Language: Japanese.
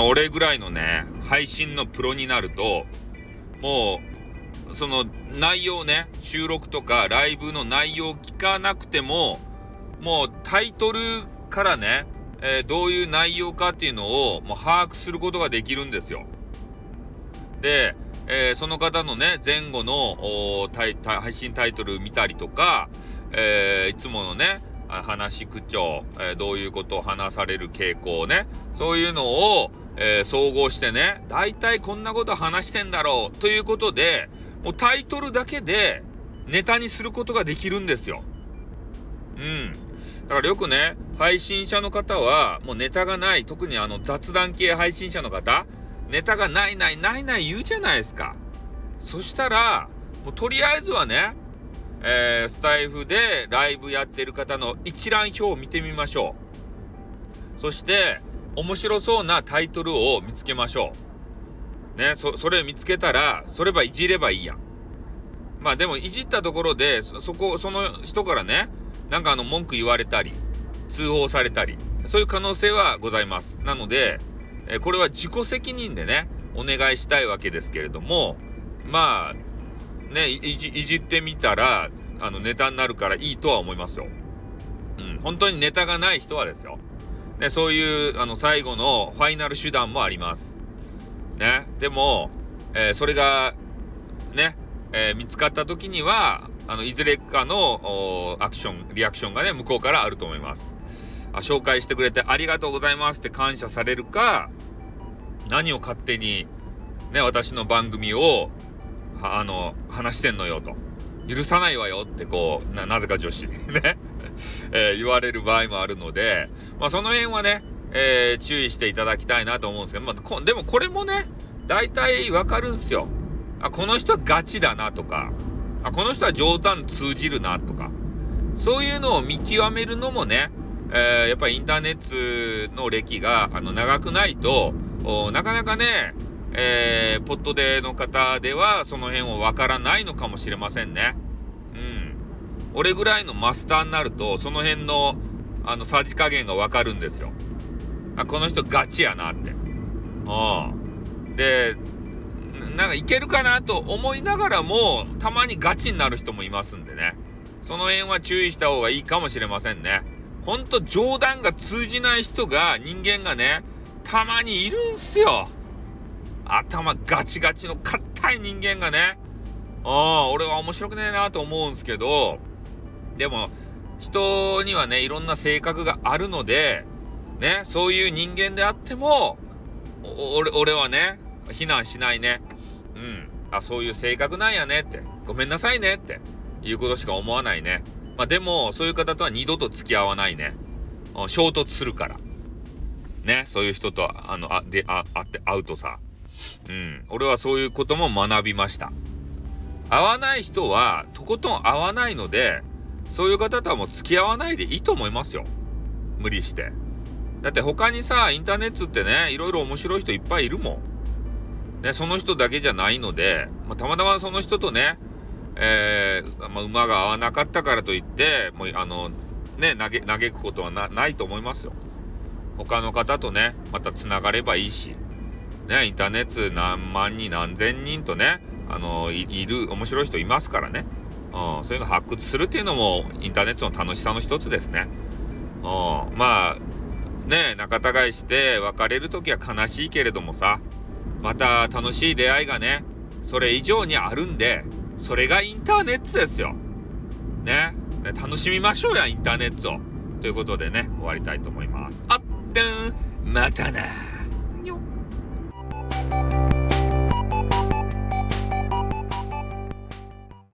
俺ぐらいのね、配信のプロになると、もう、その内容ね、収録とかライブの内容を聞かなくても、もうタイトルからね、どういう内容かっていうのをもう把握することができるんですよ。で、その方のね、前後の配信タイトル見たりとか、いつものね、話口調、どういうことを話される傾向ね、そういうのを、総合してね、だいたいこんなこと話してんだろうということで、もうタイトルだけでネタにすることができるんですよ。だからよくね、配信者の方はもうネタがない、特に雑談系配信者の方、ネタがない言うじゃないですか。そしたらもうとりあえずはね、スタイフでライブやってる方の一覧表を見てみましょう。そして面白そうなタイトルを見つけましょうね。それ見つけたらそればいじればいいやん。まあでもいじったところでその人からね、なんか文句言われたり通報されたり、そういう可能性はございます。なので、これは自己責任でねお願いしたいわけですけれども、まあね、いじってみたらネタになるからいいとは思いますよ。本当にネタがない人はですよ。ね、そういう最後のファイナル手段もあります。ね、でも、それがね、見つかった時にはいずれかのリアクションがね向こうからあると思います。紹介してくれてありがとうございますって感謝されるか、何を勝手にね私の番組を話してんのよと、許さないわよってなぜか女子ね、言われる場合もあるので、まあその辺はね、注意していただきたいなと思うんですけど、でもこれもね大体わかるんですよ。この人はガチだなとか、この人は冗談通じるなとか、そういうのを見極めるのもね、やっぱりインターネットの歴が長くないとなかなかね、ポッドでの方ではその辺をわからないのかもしれませんね。俺ぐらいのマスターになるとその辺のさじ加減がわかるんですよ。この人ガチやなって。で、なんかいけるかなと思いながらもたまにガチになる人もいますんでね、その辺は注意した方がいいかもしれませんね。ほんと冗談が通じない人が、人間がねたまにいるんすよ。頭ガチガチの硬い人間がね、俺は面白くねえなと思うんすけど、でも人にはねいろんな性格があるのでね、そういう人間であっても俺はね非難しないね。そういう性格なんやねって、ごめんなさいねっていうことしか思わないね。でもそういう方とは二度と付き合わないね。衝突するからね、そういう人と会うとさ、俺はそういうことも学びました。会わない人はとことん会わないので、そういう方とはもう付き合わないでいいと思いますよ。無理して。だって他にさ、インターネットってねいろいろ面白い人いっぱいいるもんね。その人だけじゃないので、たまたまその人とね、馬が合わなかったからといってもう嘆くことはないと思いますよ。他の方とねまたつながればいいしね、インターネット何万人何千人とねいる面白い人いますからね、そういうの発掘するっていうのもインターネットの楽しさの一つですね。まあね、仲違いして別れる時は悲しいけれどもさ、また楽しい出会いがねそれ以上にあるんで、それがインターネットですよね。楽しみましょうやインターネットをということでね、終わりたいと思います。またな。